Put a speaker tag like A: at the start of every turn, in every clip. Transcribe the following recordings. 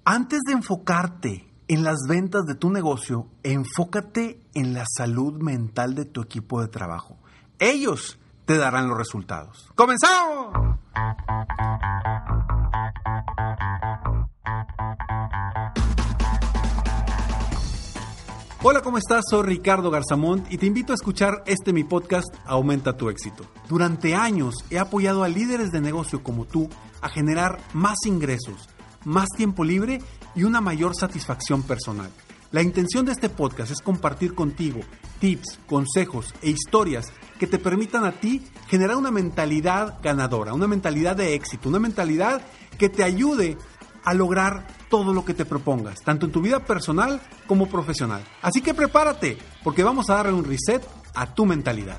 A: Antes de enfocarte en las ventas de tu negocio, enfócate en la salud mental de tu equipo de trabajo. Ellos te darán los resultados. ¡Comenzamos! Hola, ¿cómo estás? Soy Ricardo Garzamont y te invito a escuchar mi podcast Aumenta tu éxito. Durante años he apoyado a líderes de negocio como tú a generar más ingresos, más tiempo libre y una mayor satisfacción personal. La intención de este podcast es compartir contigo tips, consejos e historias que te permitan a ti generar una mentalidad ganadora, una mentalidad de éxito, una mentalidad que te ayude a lograr todo lo que te propongas, tanto en tu vida personal como profesional. Así que prepárate, porque vamos a darle un reset a tu mentalidad.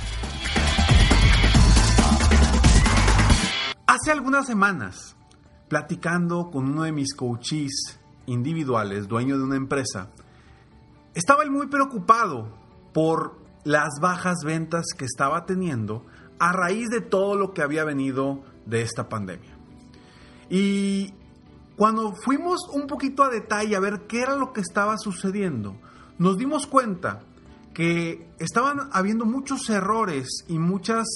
A: Hace algunas semanas, platicando con uno de mis coaches individuales, dueño de una empresa, estaba él muy preocupado por las bajas ventas que estaba teniendo a raíz de todo lo que había venido de esta pandemia. Y cuando fuimos un poquito a detalle a ver qué era lo que estaba sucediendo, nos dimos cuenta que estaban habiendo muchos errores y muchas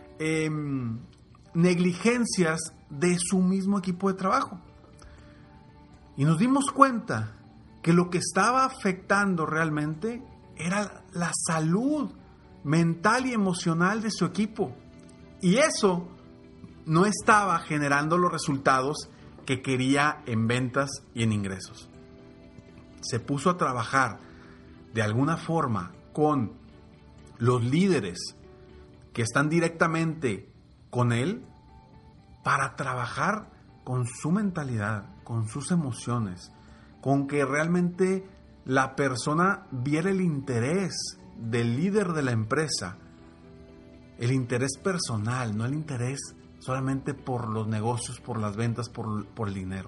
A: negligencias de su mismo equipo de trabajo. Y nos dimos cuenta que lo que estaba afectando realmente era la salud mental y emocional de su equipo. Y eso no estaba generando los resultados que quería en ventas y en ingresos. Se puso a trabajar de alguna forma con los líderes que están directamente con él para trabajar con su mentalidad, con sus emociones, con que realmente la persona viera el interés del líder de la empresa, el interés personal, no el interés solamente por los negocios, por las ventas, por el dinero.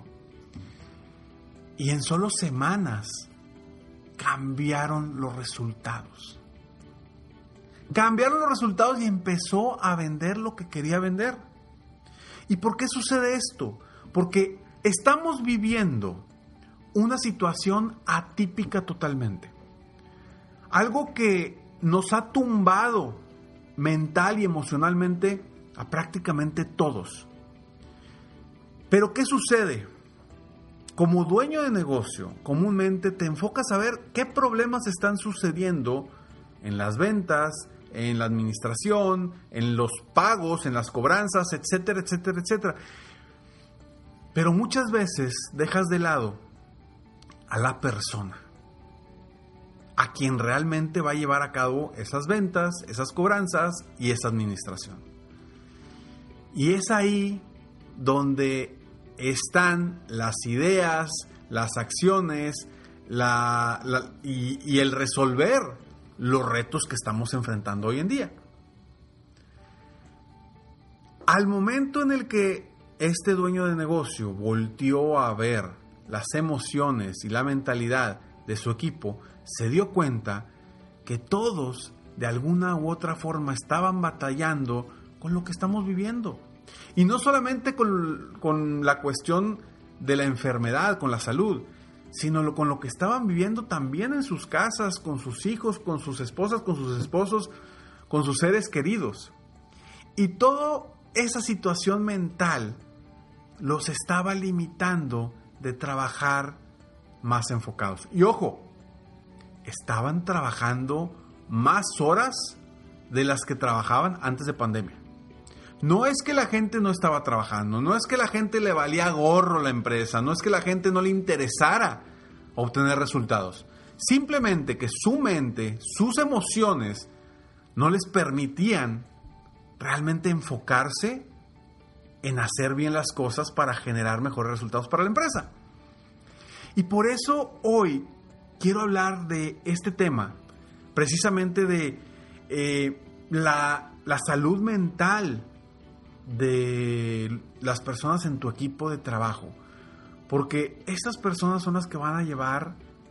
A: Y en solo semanas cambiaron los resultados. Cambiaron los resultados y empezó a vender lo que quería vender. ¿Y por qué sucede esto? Porque estamos viviendo una situación atípica totalmente. Algo que nos ha tumbado mental y emocionalmente a prácticamente todos. Pero ¿qué sucede? Como dueño de negocio, comúnmente te enfocas a ver qué problemas están sucediendo en las ventas, en la administración, en los pagos, en las cobranzas, etcétera, etcétera, etcétera. Pero muchas veces dejas de lado a la persona, a quien realmente va a llevar a cabo esas ventas, esas cobranzas y esa administración. Y es ahí donde están las ideas, las acciones y el resolver los retos que estamos enfrentando hoy en día. Al momento en el que este dueño de negocio volteó a ver las emociones y la mentalidad de su equipo, se dio cuenta que todos de alguna u otra forma estaban batallando con lo que estamos viviendo. Y no solamente con la cuestión de la enfermedad, con la salud, sino con lo que estaban viviendo también en sus casas, con sus hijos, con sus esposas, con sus esposos, con sus seres queridos. Y toda esa situación mental los estaba limitando de trabajar más enfocados. Y ojo, estaban trabajando más horas de las que trabajaban antes de pandemia. No es que la gente no estaba trabajando, no es que la gente le valía gorro la empresa, no es que la gente no le interesara obtener resultados. Simplemente que su mente, sus emociones, no les permitían realmente enfocarse en hacer bien las cosas para generar mejores resultados para la empresa. Y por eso hoy quiero hablar de este tema, precisamente de la salud mental de las personas en tu equipo de trabajo, porque estas personas son las que van a llevar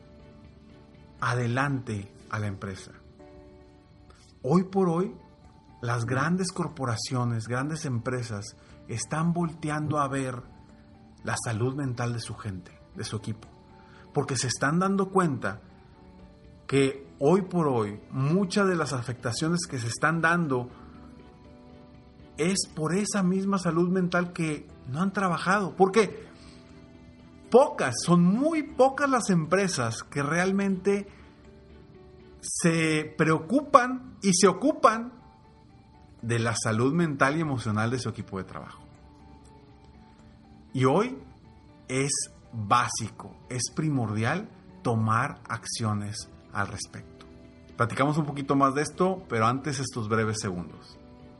A: adelante a la empresa. Hoy por hoy, las grandes corporaciones, grandes empresas están volteando a ver la salud mental de su gente, de su equipo. Porque se están dando cuenta que hoy por hoy muchas de las afectaciones que se están dando es por esa misma salud mental que no han trabajado. Porque son muy pocas las empresas que realmente se preocupan y se ocupan de la salud mental y emocional de su equipo de trabajo. Y hoy es básico, es primordial tomar acciones al respecto. Platicamos un poquito más de esto, pero antes estos breves segundos.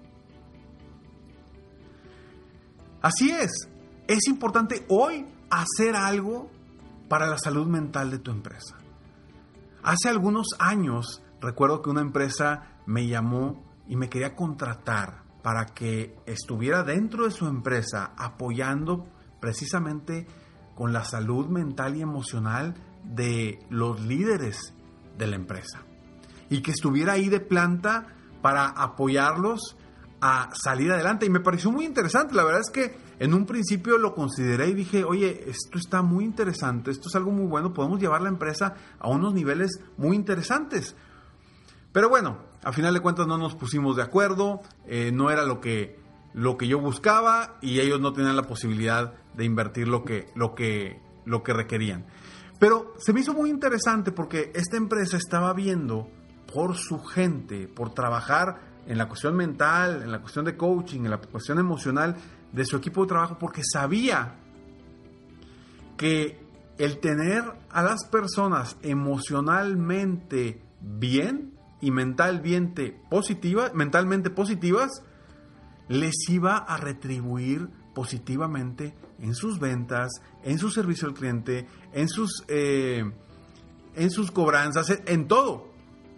A: Así es importante hoy hacer algo para la salud mental de tu empresa. Hace algunos años recuerdo que una empresa me llamó y me quería contratar para que estuviera dentro de su empresa apoyando precisamente con la salud mental y emocional de los líderes de la empresa. Y que estuviera ahí de planta para apoyarlos a salir adelante. Y me pareció muy interesante. La verdad es que en un principio lo consideré y dije, oye, esto está muy interesante, esto es algo muy bueno, podemos llevar la empresa a unos niveles muy interesantes. Pero bueno, a final de cuentas no nos pusimos de acuerdo, no era lo que yo buscaba y ellos no tenían la posibilidad de invertir lo que requerían. Pero se me hizo muy interesante porque esta empresa estaba viendo por su gente, por trabajar en la cuestión mental, en la cuestión de coaching, en la cuestión emocional de su equipo de trabajo, porque sabía que el tener a las personas emocionalmente bien y mentalmente positivas les iba a retribuir positivamente en sus ventas, en su servicio al cliente, en sus cobranzas, en todo.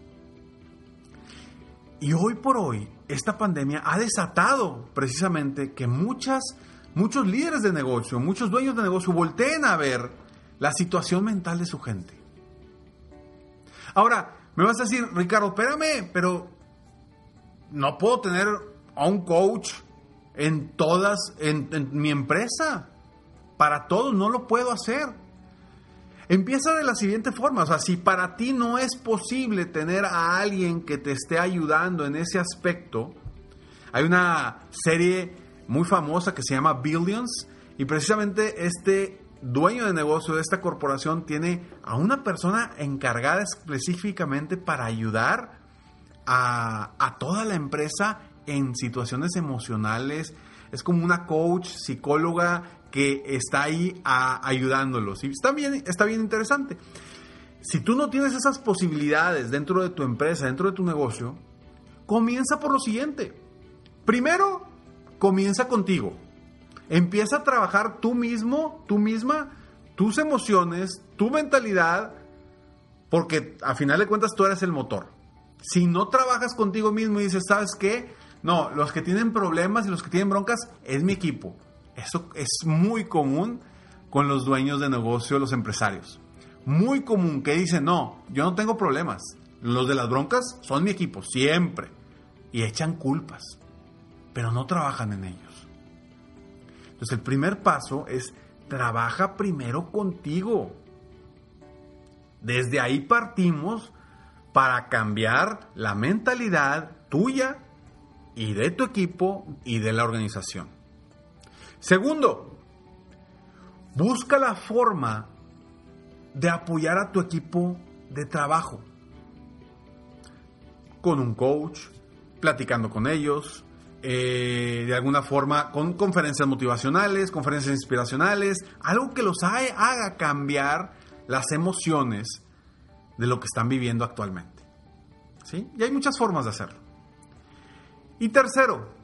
A: Y hoy por hoy, esta pandemia ha desatado precisamente que muchos líderes de negocio, muchos dueños de negocio volteen a ver la situación mental de su gente. Ahora, me vas a decir, Ricardo, espérame, pero no puedo tener a un coach en mi empresa. Para todos no lo puedo hacer. Empieza de la siguiente forma, o sea, si para ti no es posible tener a alguien que te esté ayudando en ese aspecto, hay una serie muy famosa que se llama Billions y precisamente este dueño de negocio de esta corporación tiene a una persona encargada específicamente para ayudar a toda la empresa en situaciones emocionales. Es como una coach, psicóloga que está ahí ayudándolos. Y está bien interesante. Si tú no tienes esas posibilidades dentro de tu empresa, dentro de tu negocio, comienza por lo siguiente. Primero, comienza contigo. Empieza a trabajar tú mismo, tú misma, tus emociones, tu mentalidad, porque a final de cuentas tú eres el motor. Si no trabajas contigo mismo y dices, ¿sabes qué? No, los que tienen problemas y los que tienen broncas es mi equipo. Eso es muy común con los dueños de negocio, los empresarios. Muy común que dicen, no, yo no tengo problemas. Los de las broncas son mi equipo, siempre. Y echan culpas, pero no trabajan en ellos. Entonces el primer paso es, trabaja primero contigo. Desde ahí partimos para cambiar la mentalidad tuya y de tu equipo y de la organización. Segundo, busca la forma de apoyar a tu equipo de trabajo. Con un coach, platicando con ellos, de alguna forma con conferencias motivacionales, conferencias inspiracionales, algo que los haga cambiar las emociones de lo que están viviendo actualmente. ¿Sí? Y hay muchas formas de hacerlo. Y tercero,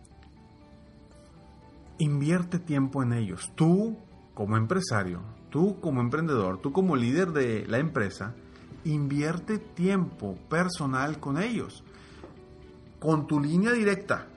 A: invierte tiempo en ellos. Tú como empresario, tú como emprendedor, tú como líder de la empresa, invierte tiempo personal con ellos. Con tu línea directa.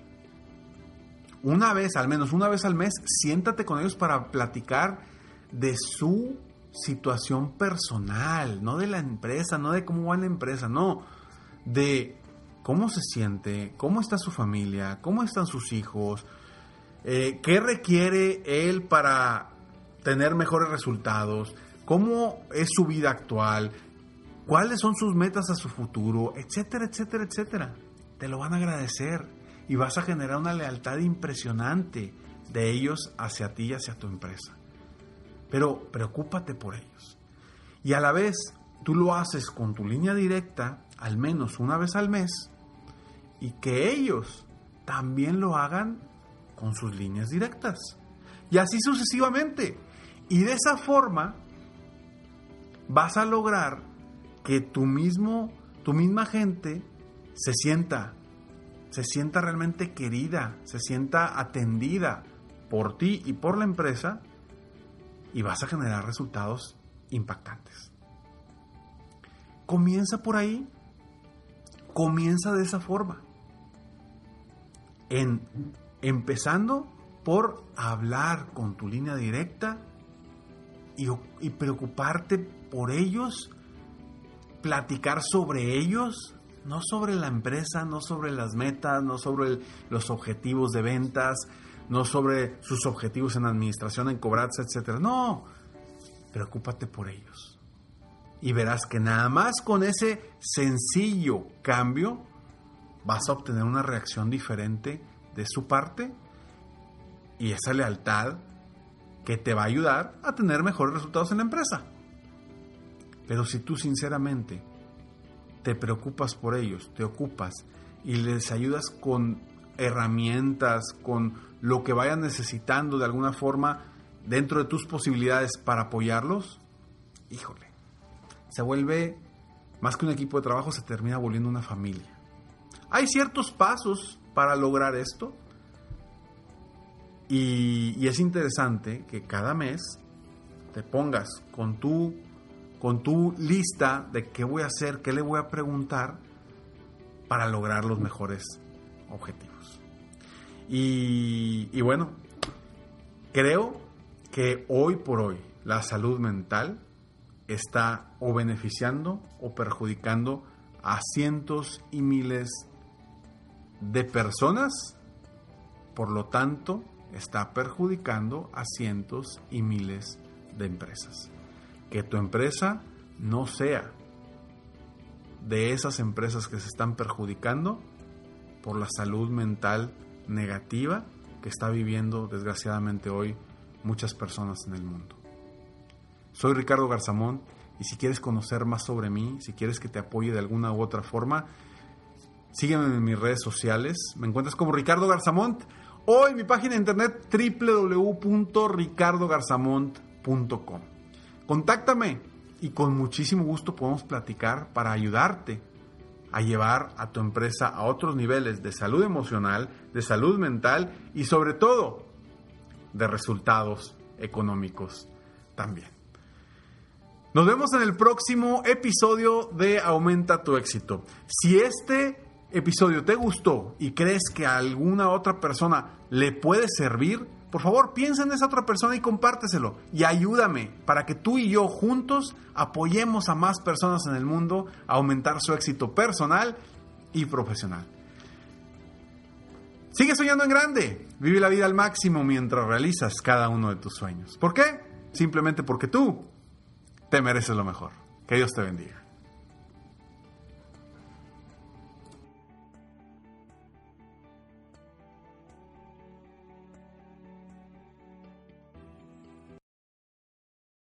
A: Al menos una vez al mes, siéntate con ellos para platicar de su situación personal, no de la empresa, no de cómo va la empresa, no, de cómo se siente, cómo está su familia, cómo están sus hijos, qué requiere él para tener mejores resultados, cómo es su vida actual, cuáles son sus metas a su futuro, etcétera, etcétera, etcétera. Te lo van a agradecer y vas a generar una lealtad impresionante de ellos hacia ti y hacia tu empresa. Pero preocúpate por ellos. Y a la vez, tú lo haces con tu línea directa, al menos una vez al mes, y que ellos también lo hagan con sus líneas directas. Y así sucesivamente. Y de esa forma vas a lograr que tu misma gente se sienta realmente querida, se sienta atendida por ti y por la empresa, y vas a generar resultados impactantes. Comienza por ahí, comienza de esa forma, empezando por hablar con tu línea directa y preocuparte por ellos, platicar sobre ellos, no sobre la empresa, no sobre las metas, no sobre los objetivos de ventas, no sobre sus objetivos en administración, en cobranza, etcétera. No, preocúpate por ellos. Y verás que nada más con ese sencillo cambio vas a obtener una reacción diferente de su parte y esa lealtad que te va a ayudar a tener mejores resultados en la empresa. Pero si tú sinceramente te preocupas por ellos, te ocupas y les ayudas con herramientas, con lo que vayan necesitando de alguna forma dentro de tus posibilidades para apoyarlos, híjole, se vuelve más que un equipo de trabajo, se termina volviendo una familia. Hay ciertos pasos para lograr esto y es interesante que cada mes te pongas con tu lista de qué voy a hacer, qué le voy a preguntar para lograr los mejores objetivos. Y bueno, creo que hoy por hoy la salud mental está o beneficiando o perjudicando a cientos y miles de personas, por lo tanto está perjudicando a cientos y miles de empresas. Que tu empresa no sea de esas empresas que se están perjudicando por la salud mental negativa que está viviendo desgraciadamente hoy muchas personas en el mundo. Soy Ricardo Garzamont y si quieres conocer más sobre mí, si quieres que te apoye de alguna u otra forma, sígueme en mis redes sociales. Me encuentras como Ricardo Garzamont o en mi página de internet www.ricardogarzamont.com. Contáctame y con muchísimo gusto podemos platicar para ayudarte a llevar a tu empresa a otros niveles de salud emocional, de salud mental y sobre todo de resultados económicos también. Nos vemos en el próximo episodio de Aumenta tu éxito. Si este episodio te gustó y crees que a alguna otra persona le puede servir, por favor piensa en esa otra persona y compárteselo y ayúdame para que tú y yo juntos apoyemos a más personas en el mundo a aumentar su éxito personal y profesional. Sigue soñando en grande, vive la vida al máximo mientras realizas cada uno de tus sueños. ¿Por qué? Simplemente porque tú te mereces lo mejor. Que Dios te bendiga.